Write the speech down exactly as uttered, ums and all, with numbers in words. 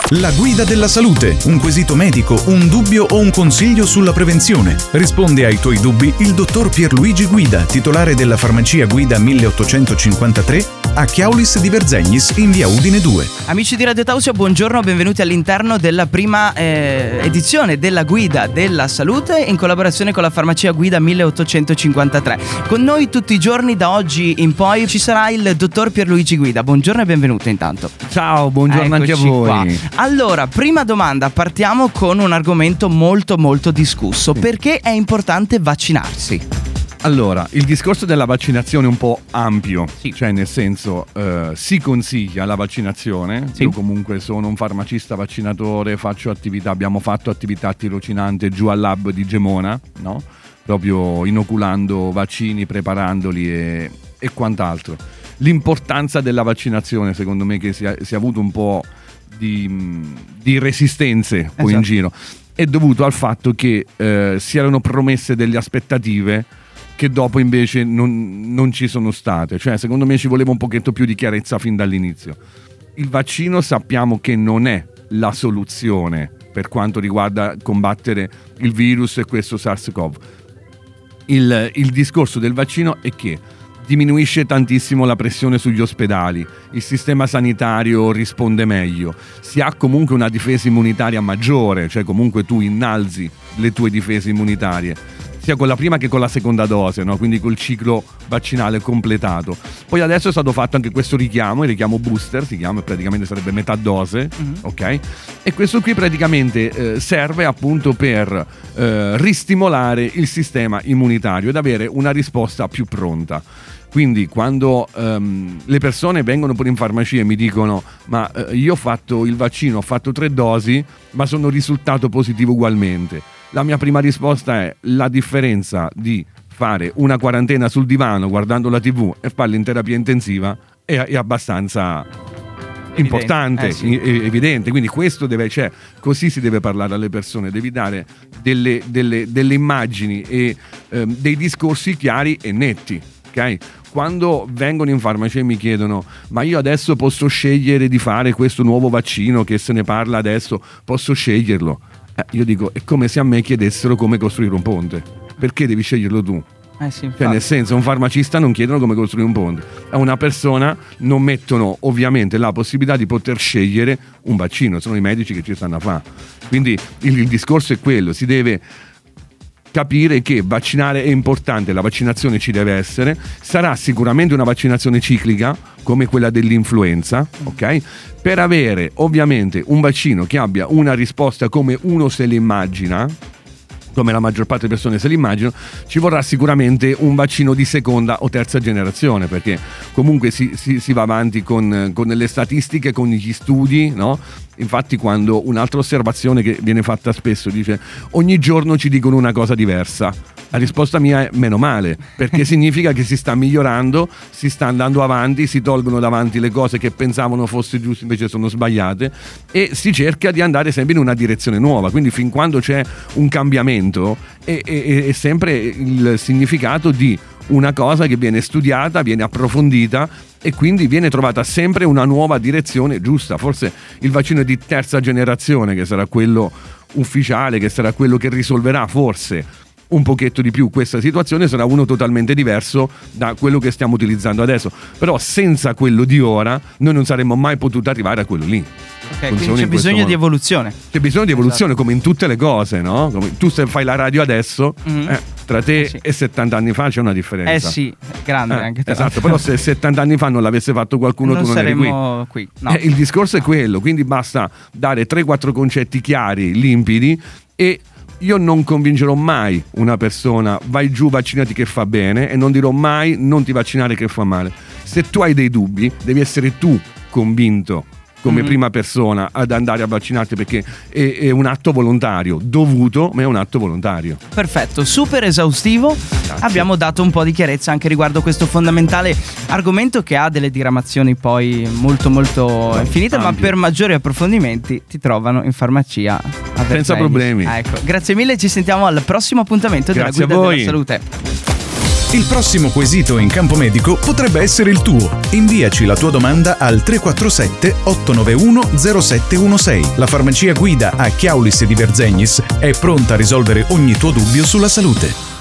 La guida della salute, un quesito medico, un dubbio o un consiglio sulla prevenzione. Risponde ai tuoi dubbi il dottor Pierluigi Guida, titolare della farmacia Guida milleottocentocinquantatré a Chiaulis di Verzegnis in via Udine due. Amici di Radio Tausia, buongiorno, benvenuti all'interno della prima eh, edizione della Guida della Salute in collaborazione con la farmacia Guida milleottocentocinquantatré. Con noi tutti i giorni da oggi in poi ci sarà il dottor Pierluigi Guida. Buongiorno e benvenuto intanto. Ciao, buongiorno anche a voi. Qua. Allora, prima domanda, partiamo con un argomento molto molto discusso. Sì. Perché è importante vaccinarsi? Allora, il discorso della vaccinazione è un po' ampio, sì. Cioè nel senso eh, si consiglia la vaccinazione, sì. Io comunque sono un farmacista vaccinatore, faccio attività, abbiamo fatto attività tirocinante giù al lab di Gemona, no? Proprio inoculando vaccini, preparandoli e, e quant'altro. L'importanza della vaccinazione, secondo me, che si è, si è avuto un po' di, di resistenze poi esatto. in giro, è dovuto al fatto che eh, si erano promesse delle aspettative che dopo invece non, non ci sono state. Cioè, secondo me ci voleva un pochetto più di chiarezza fin dall'inizio. Il vaccino sappiamo che non è la soluzione per quanto riguarda combattere il virus e questo SARS-CoV. Il, il discorso del vaccino è che diminuisce tantissimo la pressione sugli ospedali, il sistema sanitario risponde meglio, si ha comunque una difesa immunitaria maggiore, cioè comunque tu innalzi le tue difese immunitarie, sia con la prima che con la seconda dose, no? Quindi col ciclo vaccinale completato. Poi adesso è stato fatto anche questo richiamo, il richiamo booster, si chiama, praticamente sarebbe metà dose, mm-hmm. ok? E questo qui praticamente eh, serve appunto per eh, ristimolare il sistema immunitario ed avere una risposta più pronta. Quindi quando um, le persone vengono pure in farmacia e mi dicono ma uh, io ho fatto il vaccino, ho fatto tre dosi, ma sono risultato positivo ugualmente. La mia prima risposta è: la differenza di fare una quarantena sul divano guardando la tivù e farla in terapia intensiva è, è abbastanza evidente. importante, eh sì. evidente. Quindi questo deve, cioè, così si deve parlare alle persone, devi dare delle, delle, delle immagini e um, dei discorsi chiari e netti. Okay? Quando vengono in farmacia e mi chiedono ma io adesso posso scegliere di fare questo nuovo vaccino che se ne parla adesso, posso sceglierlo? Eh, io dico, è come se a me chiedessero come costruire un ponte. Perché devi sceglierlo tu? Eh sì, cioè nel senso, un farmacista non chiedono come costruire un ponte, a una persona non mettono ovviamente la possibilità di poter scegliere un vaccino, sono i medici che ci stanno a fare. Quindi il, il discorso è quello, si deve capire che vaccinare è importante, la vaccinazione ci deve essere, sarà sicuramente una vaccinazione ciclica come quella dell'influenza, ok? Per avere ovviamente un vaccino che abbia una risposta come uno se l'immagina, come la maggior parte delle persone se l'immagino, ci vorrà sicuramente un vaccino di seconda o terza generazione, perché comunque si, si, si va avanti con, con le statistiche, con gli studi, no? Infatti quando un'altra osservazione che viene fatta spesso dice ogni giorno ci dicono una cosa diversa, la risposta mia è meno male, perché significa che si sta migliorando, si sta andando avanti, si tolgono davanti le cose che pensavano fosse giuste invece sono sbagliate e si cerca di andare sempre in una direzione nuova. Quindi fin quando c'è un cambiamento è, è, è sempre il significato di una cosa che viene studiata, viene approfondita e quindi viene trovata sempre una nuova direzione giusta. Forse il vaccino di terza generazione, che sarà quello ufficiale, che sarà quello che risolverà forse un pochetto di più questa situazione, sarà uno totalmente diverso da quello che stiamo utilizzando adesso, però senza quello di ora noi non saremmo mai potuti arrivare a quello lì. Ok, quindi c'è bisogno di evoluzione. C'è bisogno di evoluzione, esatto. Come in tutte le cose, no? Come tu se fai la radio adesso, mm-hmm. eh, tra te eh sì. e settanta anni fa c'è una differenza. Eh sì, grande eh, anche te. Esatto, però se settanta anni fa non l'avesse fatto qualcuno non tu non eri qui. qui. No. Eh, il discorso è quello, quindi basta dare tre quattro concetti chiari, limpidi e io non convincerò mai una persona vai giù, vaccinati che fa bene, e non dirò mai non ti vaccinare che fa male. Se tu hai dei dubbi devi essere tu convinto come mm-hmm. prima persona ad andare a vaccinarti, perché è, è un atto volontario, dovuto, ma è un atto volontario. Perfetto, super esaustivo. Grazie. Abbiamo dato un po' di chiarezza anche riguardo questo fondamentale argomento che ha delle diramazioni poi molto molto infinite, Ampio. Ma per maggiori approfondimenti ti trovano in farmacia a senza problemi. Ah, ecco. Grazie mille, ci sentiamo al prossimo appuntamento della Grazie Guida a voi. della Salute. Il prossimo quesito in campo medico potrebbe essere il tuo. Inviaci la tua domanda al tre quattro sette otto nove uno zero sette uno sei. La farmacia Guida a Chiaulis di Verzegnis è pronta a risolvere ogni tuo dubbio sulla salute.